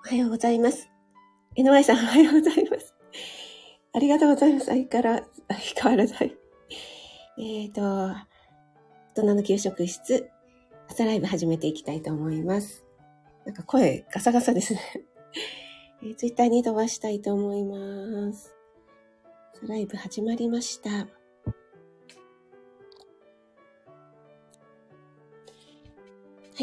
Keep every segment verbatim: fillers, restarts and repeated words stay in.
おはようございます。井上さん、おはようございます。ありがとうございます。相変わらず、相変わらず。えっと、大人の給食室、朝ライブ始めていきたいと思います。なんか声ガサガサですね。えー、ツイッターに飛ばしたいと思います。朝ライブ始まりました。はい、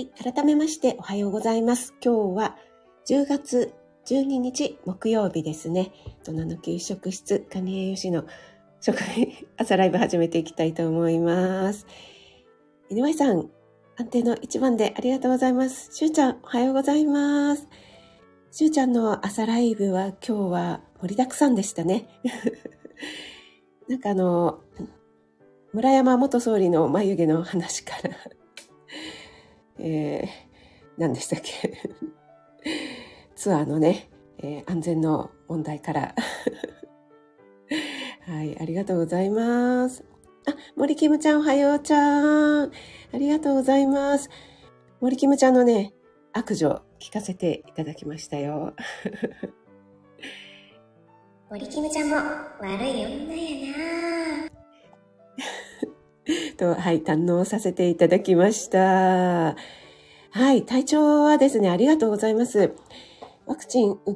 改めましておはようございます。今日はじゅうがつじゅうににち木曜日ですね。大人の給食室、管理栄養士の食朝ライブ始めていきたいと思います。井上さん、安定の一番でありがとうございます。しゅうちゃん、おはようございます。しゅうちゃんの朝ライブは今日は盛りだくさんでしたね。なんかあの、村山元総理の眉毛の話から、えー、何でしたっけツアーのね、えー、安全の問題からはい、ありがとうございます。あ、森キムちゃんおはようちゃん。ありがとうございます。森キムちゃんのね、悪女聞かせていただきましたよ。 森キムちゃんも悪い女やなと、はい、堪能させていただきました。はい、体調はですね、ありがとうございます。ワクチン打って、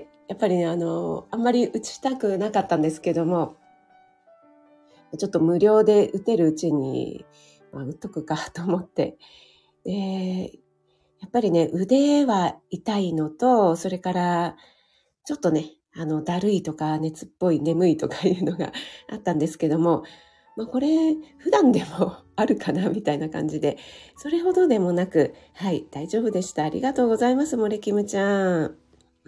やっぱりね、あの、あんまり打ちたくなかったんですけども、ちょっと無料で打てるうちに、まあ、打っとくかと思って、で、やっぱりね、腕は痛いのと、それから、ちょっとね、あの、だるいとか、熱っぽい、眠いとかいうのがあったんですけども、まあ、これ、普段でもあるかな、みたいな感じで、それほどでもなく、はい、大丈夫でした。ありがとうございます、森キムちゃん。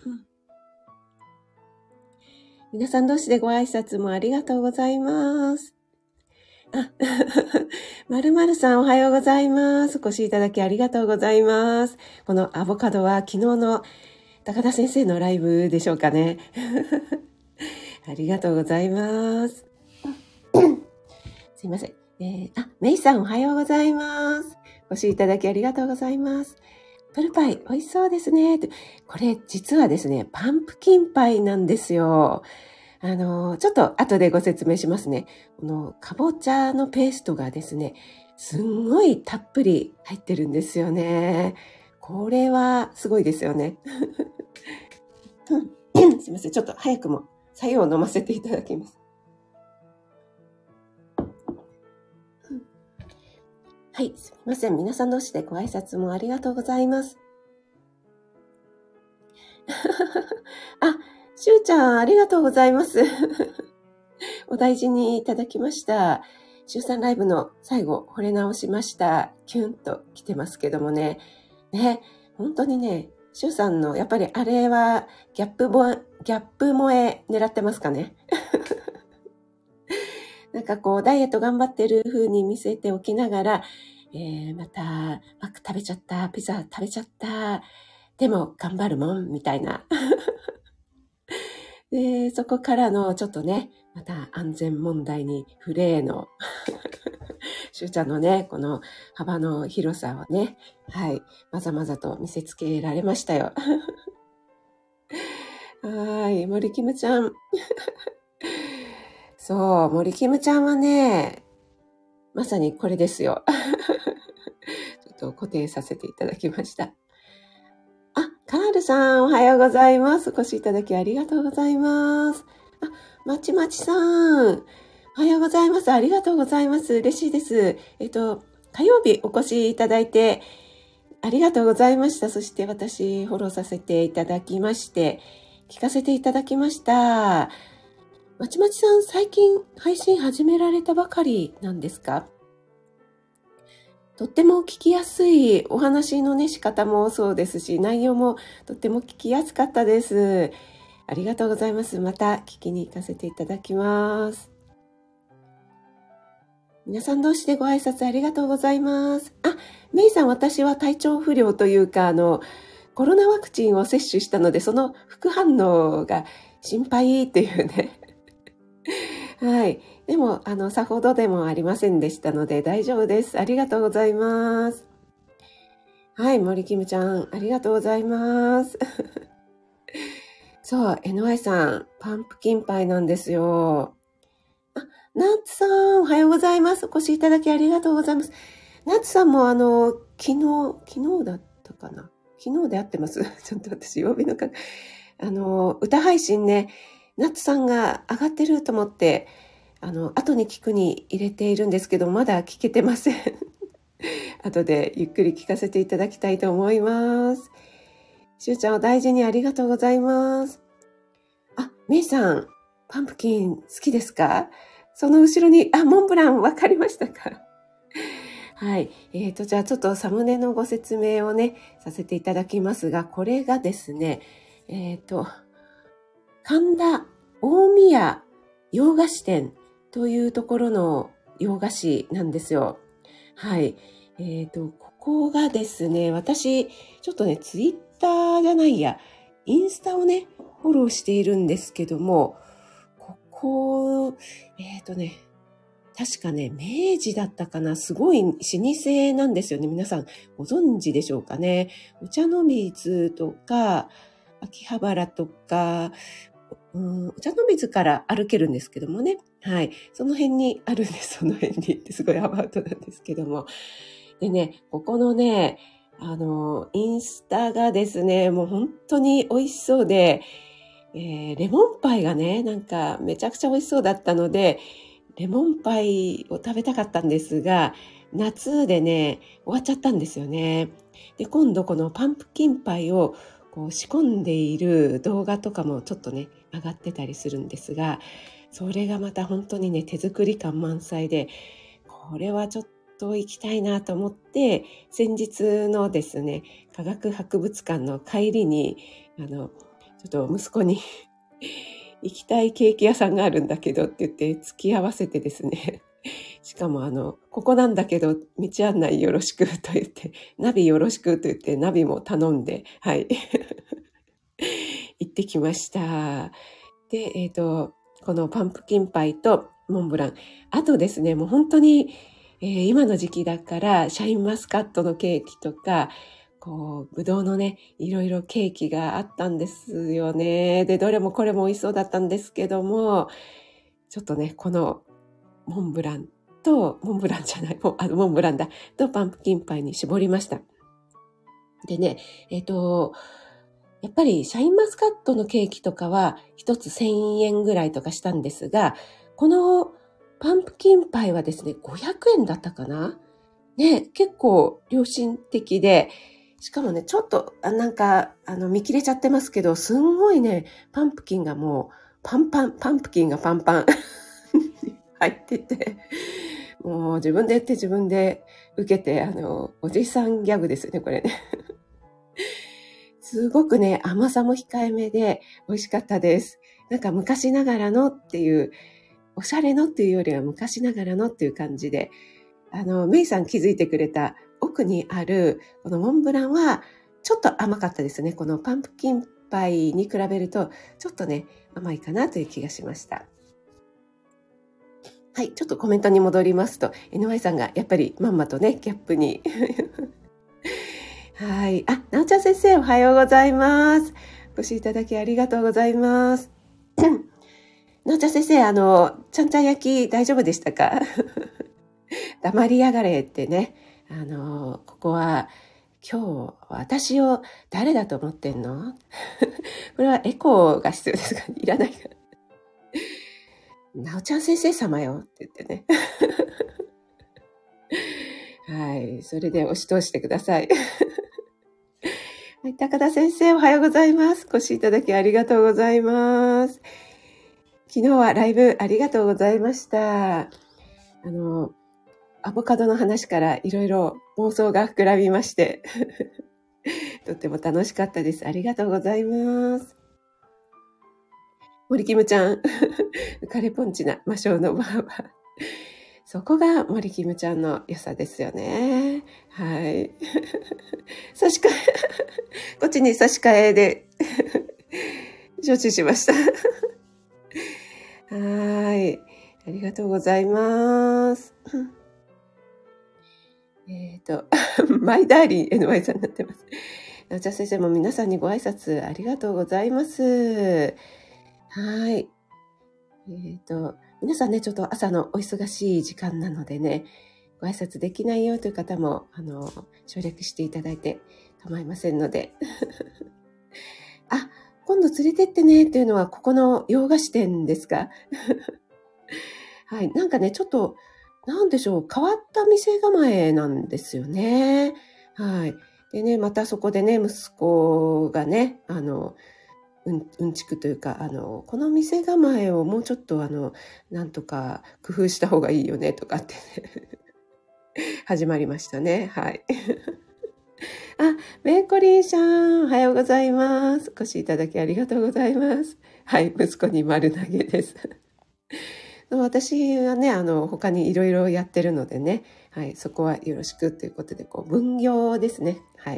皆さん同士でご挨拶もありがとうございます。あ、まるまるさんおはようございます。お越しいただきありがとうございます。このアボカドは昨日の高田先生のライブでしょうかね。ありがとうございます。すいません。えー、あ、メイさんおはようございます。お越しいただきありがとうございます。プルパイ美味しそうですね。これ実はですね、パンプキンパイなんですよ。あの、ちょっと後でご説明しますね。このかぼちゃのペーストがですね、すんごいたっぷり入ってるんですよね。これはすごいですよね。すいません。ちょっと早くも白湯を飲ませていただきます。はい、すみません。皆さん同士でご挨拶もありがとうございます。あ、しゅうちゃん、ありがとうございます。お大事にいただきました。しゅうさんライブの最後、惚れ直しました。キュンと来てますけどもね。ね、本当にね、しゅうさんの、やっぱりあれは、ギャップぼ、ギャップ萌え狙ってますかね。なんかこう、ダイエット頑張ってる風に見せておきながら、えー、また、マック食べちゃった、ピザ食べちゃった、でも頑張るもん、みたいな。で、そこからのちょっとね、また安全問題にフレーの、しゅうちゃんのね、この幅の広さをね、はい、まざまざと見せつけられましたよ。はい、森キムちゃん。そう、森キムちゃんはね、まさにこれですよ。ちょっと固定させていただきました。あ、カールさん、おはようございます。お越しいただきありがとうございます。あ、まちまちさん、おはようございます。ありがとうございます。嬉しいです。えっと、火曜日お越しいただいて、ありがとうございました。そして私、フォローさせていただきまして、聞かせていただきました。まちまちさん、最近配信始められたばかりなんですか？とっても聞きやすいお話のね、仕方もそうですし、内容もとっても聞きやすかったです。ありがとうございます。また聞きに行かせていただきます。皆さん同士でご挨拶ありがとうございます。あ、メイさん、私は体調不良というか、あの、コロナワクチンを接種したので、その副反応が心配っていうね。はい。でも、あの、さほどでもありませんでしたので大丈夫です。ありがとうございます。 はい、森キムちゃん、ありがとうございます。そう、エヌワイ さん、パンプキンパイなんですよ。あ、ナッツさん、おはようございます。お越しいただきありがとうございます。ナッツさんもあの、昨日、昨日だったかな昨日で合ってますちょっと私、曜日のか、あの、歌配信ね、ナッツさんが上がってると思って、あの、後に聞くに入れているんですけど、まだ聞けてません。後でゆっくり聞かせていただきたいと思います。しゅうちゃんお大事にありがとうございます。あ、メイさん、パンプキン好きですか？その後ろに、あ、モンブランわかりましたか？はい。えっと、じゃあちょっとサムネのご説明をね、させていただきますが、これがですね、えっと、神田大宮洋菓子店というところの洋菓子なんですよ。はい。えっと、ここがですね、私、ちょっとね、ツイッターじゃないや、インスタをね、フォローしているんですけども、ここ、えっとね、確かね、明治だったかな、すごい老舗なんですよね。皆さんご存知でしょうかね。お茶の水とか、秋葉原とか、うん、お茶の水から歩けるんですけどもね。はい。その辺にあるんです。その辺にってすごいアバウトなんですけども。でね、ここのね、あの、インスタがですね、もう本当に美味しそうで、えーレモンパイがね、なんかめちゃくちゃ美味しそうだったので、レモンパイを食べたかったんですが、夏でね、終わっちゃったんですよね。で、今度このパンプキンパイをこう仕込んでいる動画とかもちょっとね、上がってたりするんですが、それがまた本当にね、手作り感満載で、これはちょっと行きたいなと思って、先日のですね、科学博物館の帰りに、あの、ちょっと息子に行きたいケーキ屋さんがあるんだけどって言って付き合わせてですね。しかもあの、ここなんだけど道案内よろしくと言って、ナビよろしくと言ってナビも頼んで、はい。行ってきました。で、えっと、このパンプキンパイとモンブラン。あとですね、もう本当に、えー今の時期だからシャインマスカットのケーキとか、こう、ぶどうのね、いろいろケーキがあったんですよね。で、どれもこれも美味しそうだったんですけども、ちょっとね、このモンブランと、モンブランじゃない、もうあのモンブランだ、とパンプキンパイに絞りました。でね、えっと、やっぱりシャインマスカットのケーキとかは一つせんえんぐらいとかしたんですが、このパンプキンパイはですね、ごひゃくえんだったかなね、結構良心的で、しかもね、ちょっと、あなんか、あの、見切れちゃってますけど、すんごいね、パンプキンがもう、パンパン、パンプキンがパンパン入ってて、もう自分で言って自分で受けて、あの、おじさんギャグですよね、これね。すごくね、甘さも控えめで美味しかったです。なんか昔ながらのっていう、おしゃれのっていうよりは昔ながらのっていう感じで、あの、メイさん気づいてくれた奥にある、このモンブランは、ちょっと甘かったですね。このパンプキンパイに比べると、ちょっとね、甘いかなという気がしました。はい、ちょっとコメントに戻りますと、エヌワイ さんがやっぱりまんまとね、ギャップに。はい。あ、なおちゃん先生、おはようございます。お越しいただきありがとうございます。なおちゃん先生、あの、ちゃんちゃん焼き大丈夫でしたか？黙りやがれってね。あの、ここは、今日、私を誰だと思ってんの？これはエコーが必要ですか？いらないか。なおちゃん先生様よって言ってね。はい。それで押し通してください。はい。高田先生、おはようございます。お越しいただきありがとうございます。昨日はライブありがとうございました。あの、アボカドの話からいろいろ妄想が膨らみまして、とっても楽しかったです。ありがとうございます。森キムちゃん、浮かれポンチな魔性のバーバー。そこが森キムちゃんの良さですよね。はい。差し替え、こっちに差し替えで承知しました。はい。ありがとうございます。えっと、 マイダーリン エヌワイ さんになってます。なおちゃん先生も皆さんにご挨拶ありがとうございます。はい。えっと、皆さんね、ちょっと朝のお忙しい時間なのでね、ご挨拶できないよという方も、あの、省略していただいて構いませんので。あ、今度連れてってねっていうのは、ここの洋菓子店ですか？はい。なんかね、ちょっと、なんでしょう、変わった店構えなんですよね。はい。でね、またそこでね、息子がね、あの、うん、うんちくというか、あの、この店構えをもうちょっとあの、なんとか工夫した方がいいよねとかってね、始まりましたね。はい。あ、メイコリンさん、おはようございます。お越しいただきありがとうございます。はい、息子に丸投げです。私はね、あの、他にいろいろやってるのでね、はい、そこはよろしくということで、こう、分業ですね。はい。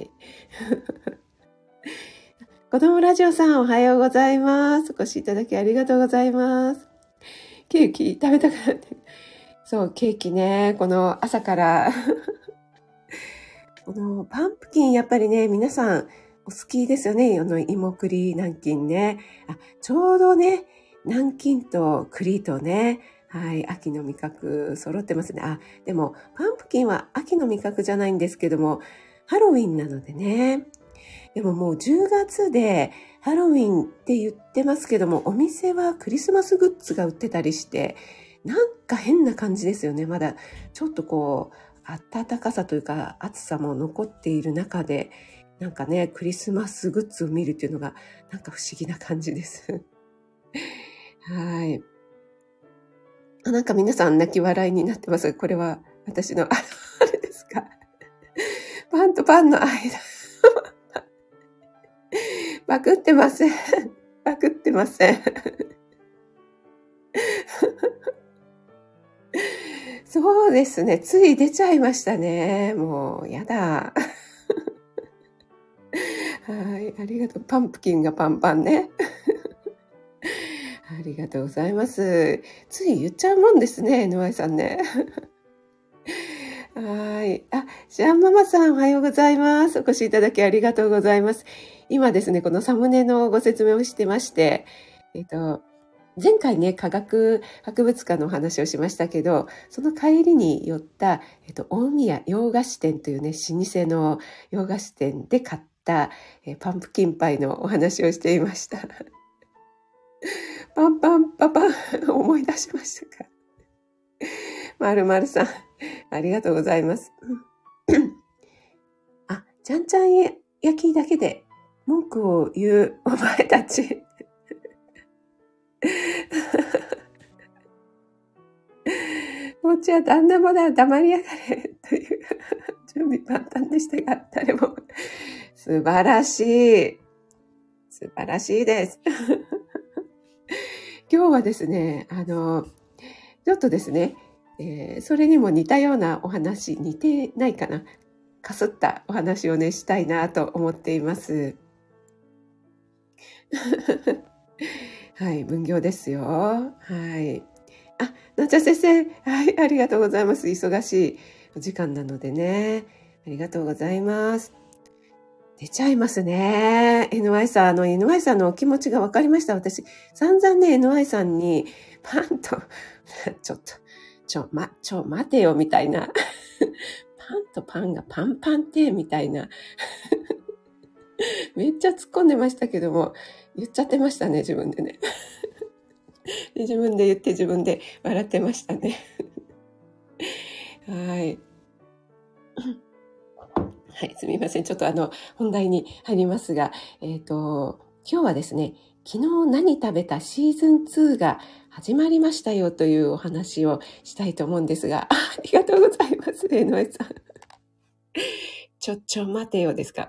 子供ラジオさん、おはようございます。お越しいただきありがとうございます。ケーキ食べたくなって。そう、ケーキね、この朝から、このパンプキンやっぱりね、皆さんお好きですよね。あの、芋栗南京ね。あ、ちょうどね、南京と栗とね、はい、秋の味覚揃ってますね。あ、でも、パンプキンは秋の味覚じゃないんですけども、ハロウィンなのでね。でももうじゅうがつでハロウィンって言ってますけども、お店はクリスマスグッズが売ってたりして、なんか変な感じですよね。まだちょっとこう、暖かさというか暑さも残っている中で、なんかね、クリスマスグッズを見るっていうのが、なんか不思議な感じです。はい。あ、なんか皆さん泣き笑いになってますが、これは私の、ああれですか。パンとパンの間。パクってません。パクってません。そうですね。つい出ちゃいましたね。もう、やだ。はい。ありがとう。パンプキンがパンパンね。ありがとうございます。つい言っちゃうもんですね。エヌワイ さんね。はい。あ、シャンママさんおはようございます。お越しいただきありがとうございます。今ですね、このサムネのご説明をしてまして、えっと、前回ね、科学博物館のお話をしましたけど、その帰りに寄った、えっと、大宮洋菓子店というね、老舗の洋菓子店で買った、えパンプキンパイのお話をしていました。パンパンパパン、思い出しましたか？まるまるさん、ありがとうございます。あ、ちゃんちゃん焼きだけで文句を言うお前たち。もうちは旦那もだ、黙りやがれ、という準備万端でしたが、誰も素晴らしい。素晴らしいです。今日はですね、あの、ちょっとですね、えー、それにも似たようなお話、似てないかな、かすったお話をね、したいなと思っています。はい、分業ですよ。はい。あ、なっちゃん先生。はい、ありがとうございます。忙しいお時間なのでね。ありがとうございます。出ちゃいますね。エヌワイ さん、あの、エヌワイ さんのお気持ちが分かりました。私、散々ね、エヌワイ さんに、パンと、ちょっと、ちょ、ま、ちょ、待てよ、みたいな。パンとパンがパンパンって、みたいな。めっちゃ突っ込んでましたけども、言っちゃってましたね、自分でね。で自分で言って自分で笑ってましたね。はい。はい、すみません。ちょっとあの、本題に入りますが、えっと、今日はですね、昨日何食べたシーズンツーが始まりましたよというお話をしたいと思うんですが、あ、ありがとうございます、江上さん。ちょ、ちょ、待てよですか。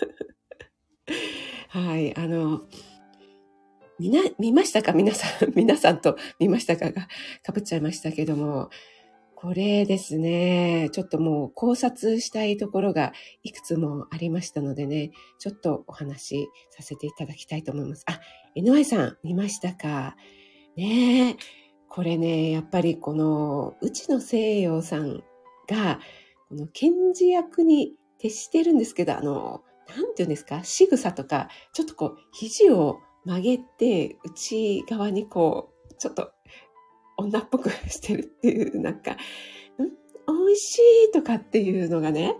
はい、あの、みな、見ましたか皆さん、皆さんと見ましたかがかぶっちゃいましたけども、これですね、ちょっともう考察したいところがいくつもありましたのでね、ちょっとお話しさせていただきたいと思います。あ、エヌワイ さん見ましたか？ねえ、これね、やっぱりこの内野聖陽さんが、この検事役に徹してるんですけど、あの、なんていうんですか、仕草とか、ちょっとこう、肘を曲げて、内側にこう、ちょっと女っぽくしてるっていう、なんか、ん美味しいとかっていうのがね、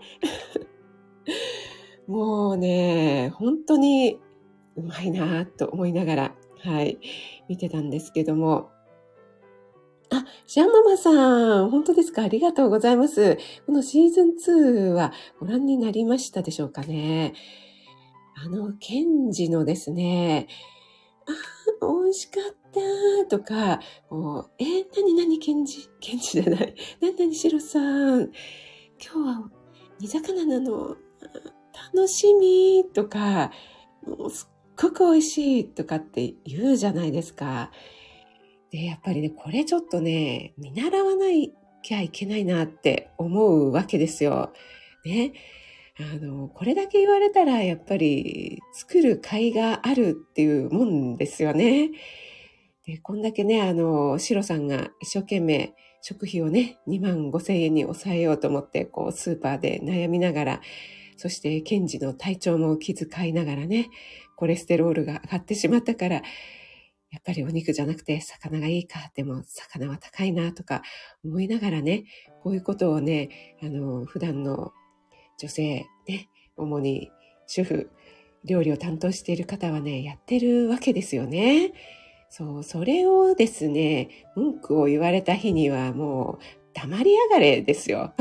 もうね、本当にうまいなと思いながら、はい、見てたんですけども、あ、シャンママさん、本当ですか？ありがとうございます。このシーズンツーはご覧になりましたでしょうかね。あの、ケンジのですね、あー、美味しかったとか、もう、えー、何何ケンジケンジじゃない。何何シロさん。今日は煮魚なの。楽しみとか、もうすっごく美味しいとかって言うじゃないですか。で、やっぱりね、これちょっとね、見習わなきゃいけないなって思うわけですよ。ね。あの、これだけ言われたら、やっぱり作る甲斐があるっていうもんですよね。で、こんだけね、あの、シロさんが一生懸命食費をね、にまんごせんえんに抑えようと思って、こう、スーパーで悩みながら、そして、ケンジの体調も気遣いながらね、コレステロールが上がってしまったから、やっぱりお肉じゃなくて魚がいいか、でも魚は高いなとか思いながらね、こういうことをね、あの、普段の女性、ね、主に主婦、料理を担当している方はね、やってるわけですよね。そう、それをですね、文句を言われた日にはもう黙りやがれですよ。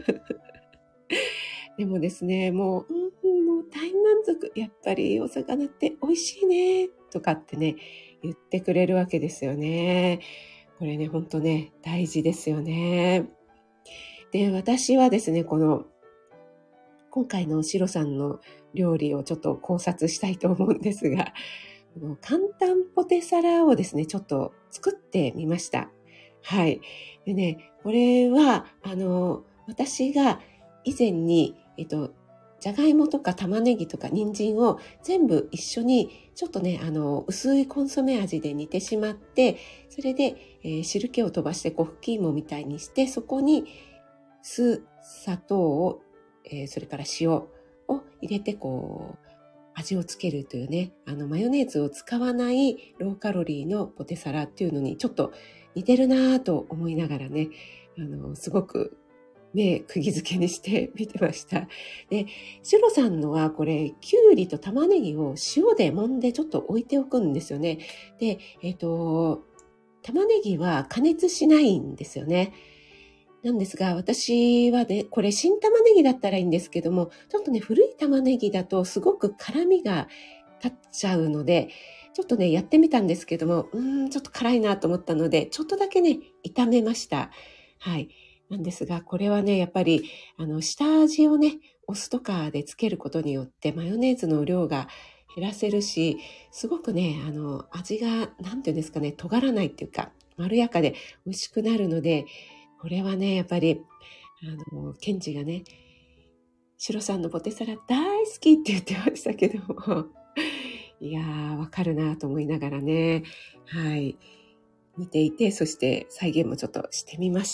でもですね、もう、うん、もう大満足。やっぱりお魚って美味しいね、とかってね、言ってくれるわけですよね。これね、ほんとね、大事ですよね。で、私はですね、この、今回のシロさんの料理をちょっと考察したいと思うんですが、この簡単ポテサラをですね、ちょっと作ってみました。はい。でね、これは、あの、私が以前に、えっと、じゃがいもとか玉ねぎとか人参を全部一緒にちょっとね、あの、薄いコンソメ味で煮てしまって、それで、えー汁気を飛ばしてこう、ふき芋みたいにして、そこに酢、砂糖を、えーそれから塩を入れてこう、味をつけるというね、あの、マヨネーズを使わないローカロリーのポテサラっていうのにちょっと似てるなぁと思いながらね、あの、すごく目釘付けにして見てました。で、シロさんのはこれ、きゅうりと玉ねぎを塩で揉んでちょっと置いておくんですよね。で、えっと、玉ねぎは加熱しないんですよね。なんですが、私はね、これ新玉ねぎだったらいいんですけども、ちょっとね、古い玉ねぎだとすごく辛みが立っちゃうので、ちょっとね、やってみたんですけども、うーん、ちょっと辛いなと思ったので、ちょっとだけね、炒めました。はい。なんですが、これはね、やっぱり、あの、下味をね、お酢とかでつけることによって、マヨネーズの量が減らせるし、すごくね、あの、味が、なんていうんですかね、尖らないっていうか、まろやかで美味しくなるので、これはね、やっぱり、あの、ケンジがね、シロさんのポテサラ大好きって言ってましたけども、いやー、わかるなと思いながらね、はい、見ていて、そして再現もちょっとしてみました。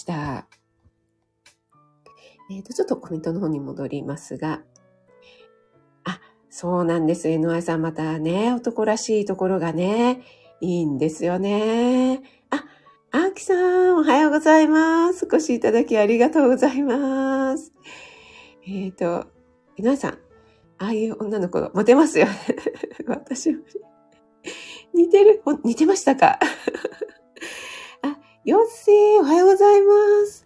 えっと、ちょっとコメントの方に戻りますが、あ、そうなんです。エヌワイ さんまたね、男らしいところがね、いいんですよね。あ、あーきさん、おはようございます。お越しいただきありがとうございます。えっと、エヌワイ さん、ああいう女の子、モテますよね。私も。似てる似てましたか？あ、ヨッシー、おはようございます。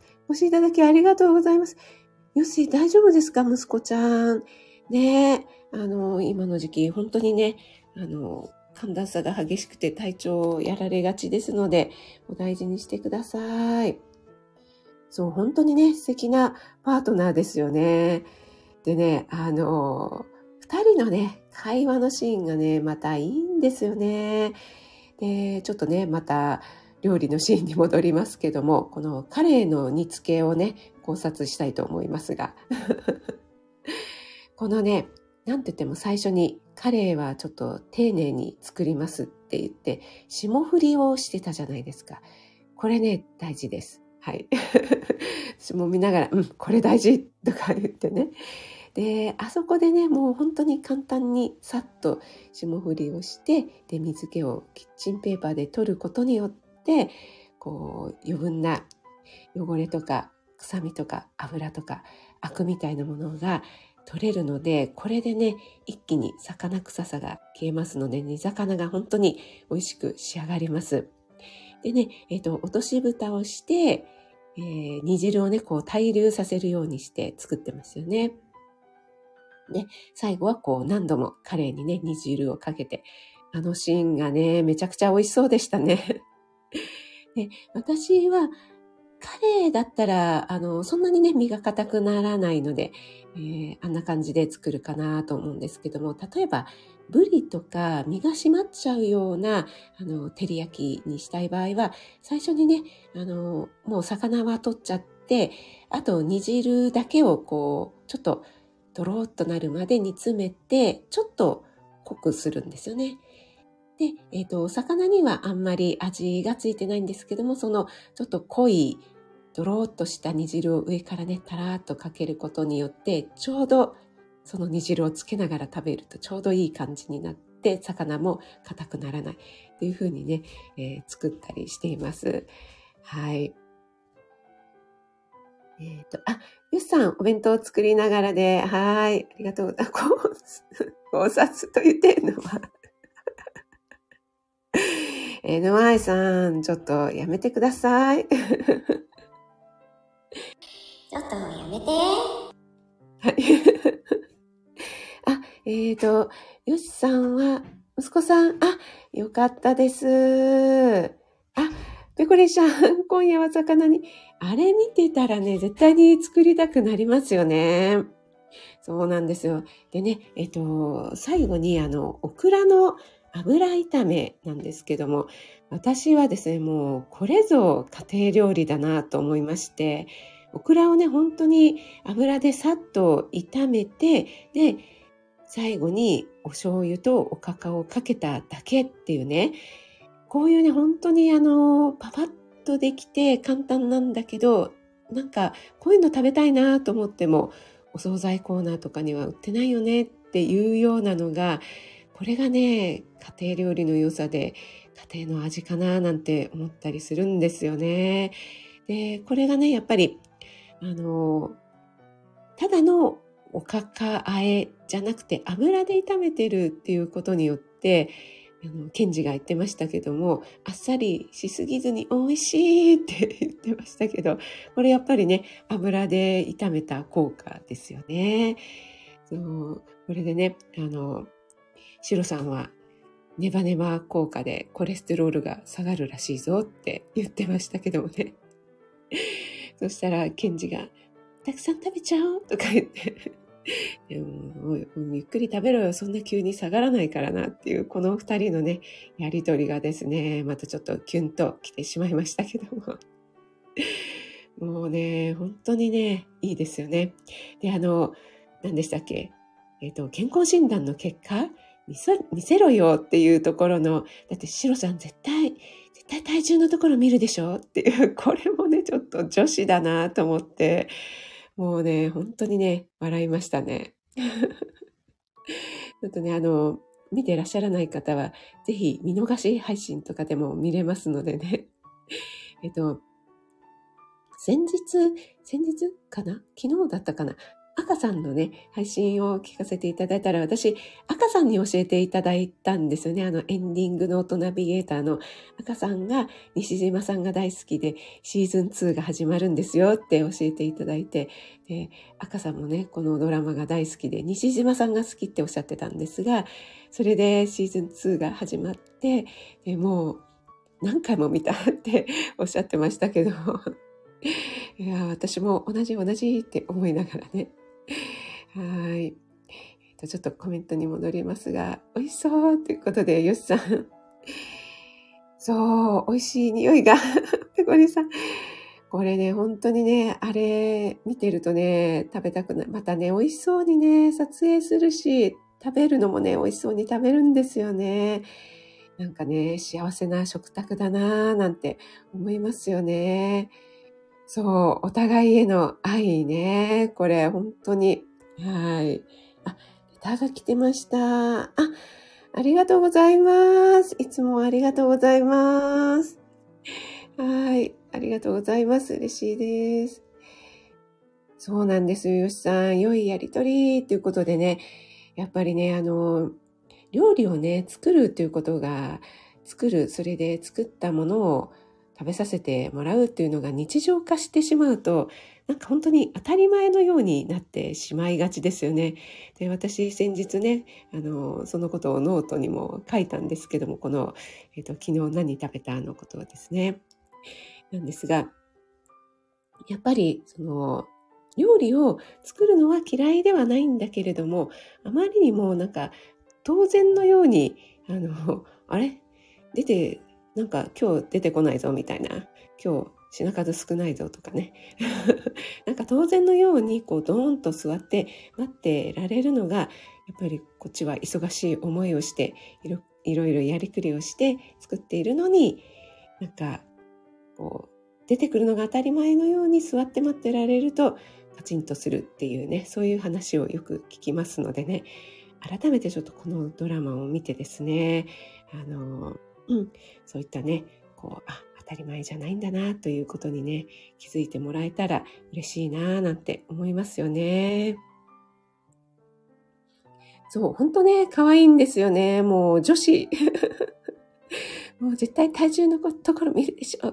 お越しいただきありがとうございます。ヨッシー、大丈夫ですか？息子ちゃん。ねえ、あの、今の時期、本当にね、あの、寒暖差が激しくて体調をやられがちですので、お大事にしてください。そう、本当にね、素敵なパートナーですよね。でね、あの、二人のね、会話のシーンがね、またいいんですよね。で、ちょっとね、また料理のシーンに戻りますけども、このカレーの煮付けをね、考察したいと思いますが。このね、なんて言っても最初にカレーはちょっと丁寧に作りますって言って、霜降りをしてたじゃないですか。これね、大事です。はい。私も見ながら、うん、これ大事とか言ってね。 で、あそこでね、もう本当に簡単にさっと霜降りをして、で、水気をキッチンペーパーで取ることによって、こう、余分な汚れとか臭みとか油とかアクみたいなものが取れるので、これでね、一気に魚臭さが消えますので、煮魚が本当に美味しく仕上がります。でね、えっと、落とし蓋をして、えー、煮汁をね、こう対流させるようにして作ってますよね。で、最後はこう何度もカレーにね、煮汁をかけて、あのシーンがね、めちゃくちゃ美味しそうでしたね。で、私はカレーだったら、あの、そんなにね、身が硬くならないので、えー、あんな感じで作るかなと思うんですけども、例えば、ブリとか身が締まっちゃうような、あの、照り焼きにしたい場合は、最初にね、あの、もう魚は取っちゃって、あと煮汁だけをこう、ちょっとドローっとなるまで煮詰めて、ちょっと濃くするんですよね。で、えっと、お魚にはあんまり味がついてないんですけども、そのちょっと濃い、ドローっとした煮汁を上からね、たらーっとかけることによって、ちょうどその煮汁をつけながら食べるとちょうどいい感じになって、魚も硬くならないというふうにね、えー、作ったりしています。はい。えっと、あ、ゆっさん、お弁当を作りながらで、はい、ありがとう。あ、考察と言ってるのは、エヌワイ さん、ちょっとやめてください。 ちょっとやめて。 はい。あ、えっと、よしさんは、息子さん、あ、よかったです。あ、ペコリちゃん、今夜は魚に、あれ見てたらね、絶対に作りたくなりますよね。そうなんですよ。でね、えっと、最後に、あの、オクラの油炒めなんですけども、私はですね、もう、これぞ家庭料理だなと思いまして、オクラをね、本当に油でさっと炒めて、で、最後にお醤油とおかかをかけただけっていうね、こういうね、本当にあの、パパッとできて簡単なんだけど、なんか、こういうの食べたいなと思っても、お惣菜コーナーとかには売ってないよねっていうようなのが、これがね、家庭料理の良さで、家庭の味かななんて思ったりするんですよね。で、これがね、やっぱり、あの、ただのおかかあえじゃなくて油で炒めてるっていうことによって、あの、ケンジが言ってましたけども、あっさりしすぎずに美味しいって言ってましたけど、これやっぱりね、油で炒めた効果ですよね。そう、これでね、あの、シロさんはネバネバ効果でコレステロールが下がるらしいぞって言ってましたけどもね。そしたら、ケンジが、たくさん食べちゃおうとか言って、でもゆっくり食べろよ、そんな急に下がらないからなっていう、この二人のね、やりとりがですね、またちょっとキュンと来てしまいましたけども。もうね、本当にね、いいですよね。で、あの、何でしたっけ、えっと、健康診断の結果、見せ、見せろよっていうところの、だってシロさん絶対、絶対体重のところ見るでしょっていう、これもね、ちょっと女子だなと思って、もうね、本当にね、笑いましたね。ちょっとね、あの、見ていらっしゃらない方は、ぜひ見逃し配信とかでも見れますのでね。えっと、先日、先日かな昨日だったかな赤さんのね、配信を聞かせていただいたら、私、赤さんに教えていただいたんですよね。あの、エンディングノートナビゲーターの赤さんが、西島さんが大好きで、シーズンツーが始まるんですよって教えていただいて、で、赤さんもね、このドラマが大好きで、西島さんが好きっておっしゃってたんですが、それでシーズンツーが始まって、でもう何回も見たっておっしゃってましたけど、いや、私も同じ同じって思いながらね。はい。えっと、ちょっとコメントに戻りますが、美味しそうということで、よしさん。そう、美味しい匂いが、ペコリさん。これね、本当にね、あれ見てるとね、食べたくなる。またね、美味しそうにね、撮影するし、食べるのもね、美味しそうに食べるんですよね。なんかね、幸せな食卓だなぁなんて思いますよね。そう、お互いへの愛ね。これ本当に、 はい。あ、レターが来てました。あ、ありがとうございます。いつもありがとうございます。はい。ありがとうございます。嬉しいです。そうなんですよ、よしさん。良いやりとりということでね、やっぱりね、あの、料理をね、作るということが、作る、それで作ったものを食べさせてもらうっていうのが日常化してしまうと、なんか本当に当たり前のようになってしまいがちですよね。で、私先日ね、あの、そのことをノートにも書いたんですけども、この、えっと、昨日何食べたのことをですね。なんですが、やっぱり、その、料理を作るのは嫌いではないんだけれども、あまりにもなんか当然のように、あの、あれ出て、なんか今日出てこないぞみたいな、今日品数少ないぞとかね。なんか当然のようにこうドーンと座って待ってられるのが、やっぱりこっちは忙しい思いをして、いろいろいろやりくりをして作っているのに、なんかこう、出てくるのが当たり前のように座って待ってられるとカチンとするっていうね、そういう話をよく聞きますのでね、改めてちょっとこのドラマを見てですね、あの、うん、そういったね、こう、あ、当たり前じゃないんだなということにね、気づいてもらえたら嬉しいななんて思いますよね。そう、ほんとね、可愛いんですよね。もう女子。もう絶対体重のところ見るでしょ。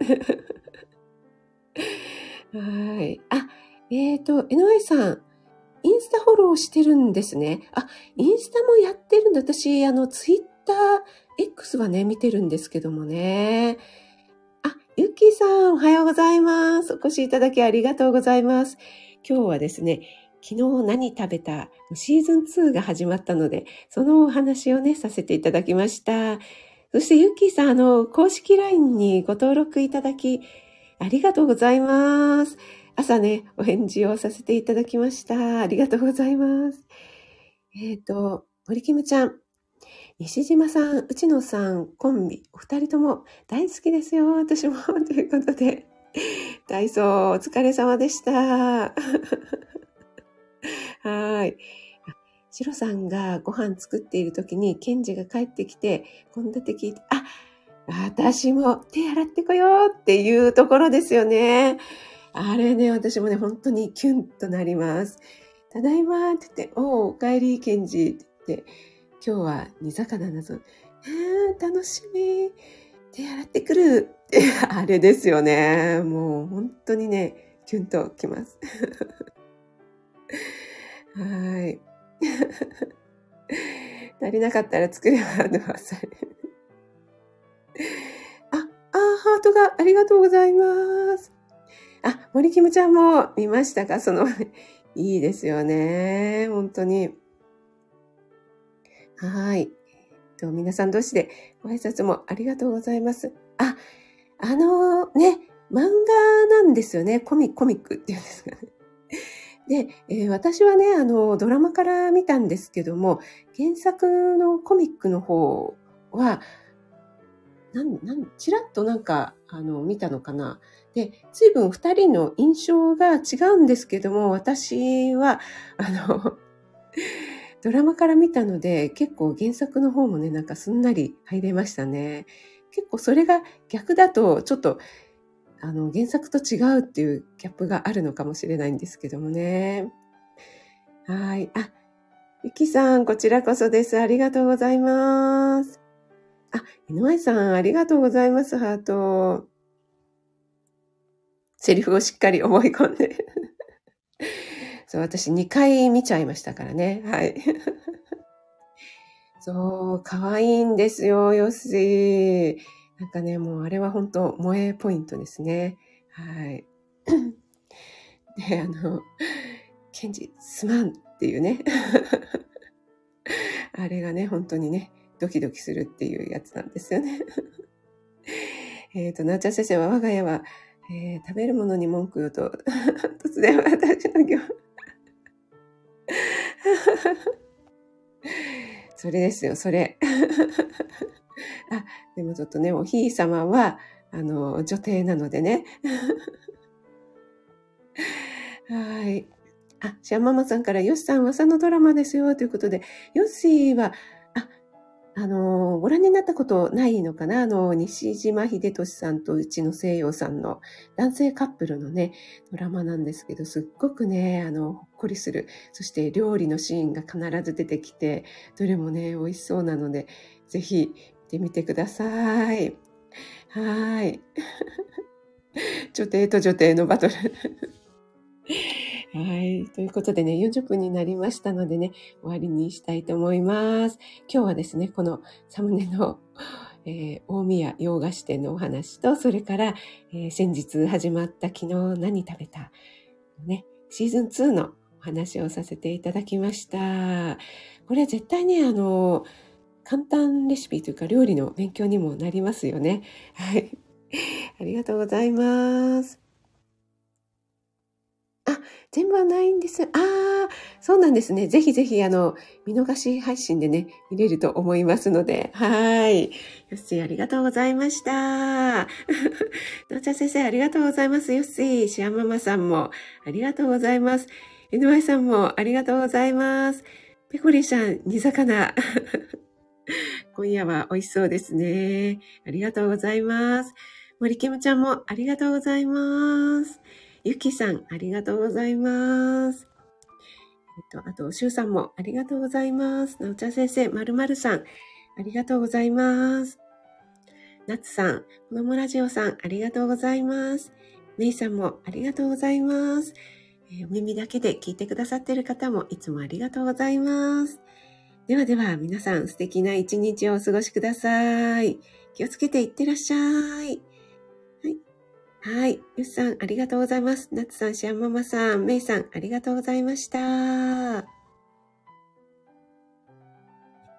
はい。あ、えっと、エヌワイ さん、インスタフォローしてるんですね。あ、インスタもやってるんだ。私、あの、ツイッター X はね、見てるんですけどもね。あ、ゆっきーさん、おはようございます。お越しいただきありがとうございます。今日はですね、昨日何食べたシーズンツーが始まったので、そのお話をね、させていただきました。そしてゆっきーさん、あの、公式 ライン にご登録いただき、ありがとうございます。朝ね、お返事をさせていただきました。ありがとうございます。えっと、森キムちゃん、西島さん、内野さん、コンビ、お二人とも大好きですよ。私も。ということで、体操お疲れ様でした。はい。シロさんがご飯作っている時に、ケンジが帰ってきて、献立聞いて、あ、私も手洗ってこようっていうところですよね。あれね、私もね、本当にキュンとなります。ただいまって言って、おう、お帰り、ケンジって言って、今日は煮魚だぞ。えー、楽しみ。手洗ってくるって、あれですよね。もう本当にね、キュンときます。はい。足りなかったら作ればください。あ、あ、ハートがありがとうございます。あ、森キムちゃんも見ましたか？その、いいですよね。本当に。はい。と皆さん同士でご挨拶もありがとうございます。あ、あのね、漫画なんですよね。コミ、コミックっていうんですかね。で、えー私はね、あの、ドラマから見たんですけども、原作のコミックの方は、なん、なん、ちらっとなんか、あの、見たのかな。で、随分二人の印象が違うんですけども、私は、あの、ドラマから見たので、結構原作の方もね、なんかすんなり入れましたね。結構それが逆だと、ちょっと、あの、原作と違うっていうギャップがあるのかもしれないんですけどもね。はい。あ、ゆきさん、こちらこそです。ありがとうございます。あ、井上さん、ありがとうございます、ハート。セリフをしっかり思い込んで。そう、私にかい見ちゃいましたからね。はい。そう、可愛いんですよ、よっしー。なんかね、もうあれは本当萌えポイントですね。はい。で、あの、ケンジ、すまんっていうね。あれがね、本当にね、ドキドキするっていうやつなんですよね。えっと、なっちゃん先生は我が家は、えー食べるものに文句よと、突然私の業それですよ、それ。あ、でもちょっとね、おひいさまは、あの、女帝なのでね。はい。 あ、シャンママさんから、ヨッシーさん噂のドラマですよ、ということで、ヨッシーは、あ、あのー、ご覧になったことないのかなあの、西島秀俊さんとうちの西洋さんの男性カップルのね、ドラマなんですけど、すっごくね、あの、ほっこりする。そして料理のシーンが必ず出てきて、どれもね、美味しそうなので、ぜひ見てみてください。はい。女帝と女帝のバトル。はい。ということでね、よんじゅっぷんになりましたのでね、終わりにしたいと思います。今日はですね、このサムネの、えー、大宮洋菓子店のお話と、それから、えー、先日始まった昨日何食べた、ね、シーズンツーのお話をさせていただきました。これ絶対ね、あの、簡単レシピというか料理の勉強にもなりますよね。はい。ありがとうございます。あ、全部はないんです。ああ、そうなんですね。ぜひぜひ、あの、見逃し配信でね、見れると思いますので。はい。よっしー、ありがとうございました。なおちゃん先生、ありがとうございます。よっしー、シアママさんも、ありがとうございます。エヌワイ さんも、ありがとうございます。ペコリさん、煮魚。今夜は美味しそうですね。ありがとうございます。森キムちゃんも、ありがとうございます。ゆきさん、ありがとうございます。えっと、あと、しゅうさんも、ありがとうございます。なおちゃん先生、まるまるさん、ありがとうございます。なつさん、こどもラジオさん、ありがとうございます。めいさんも、ありがとうございます。えー、お耳だけで聞いてくださっている方も、いつもありがとうございます。ではでは、皆さん、素敵な一日をお過ごしください。気をつけていってらっしゃい。はい。ゆっさん、ありがとうございます。なつさん、しあんママさん、めいさん、ありがとうございました。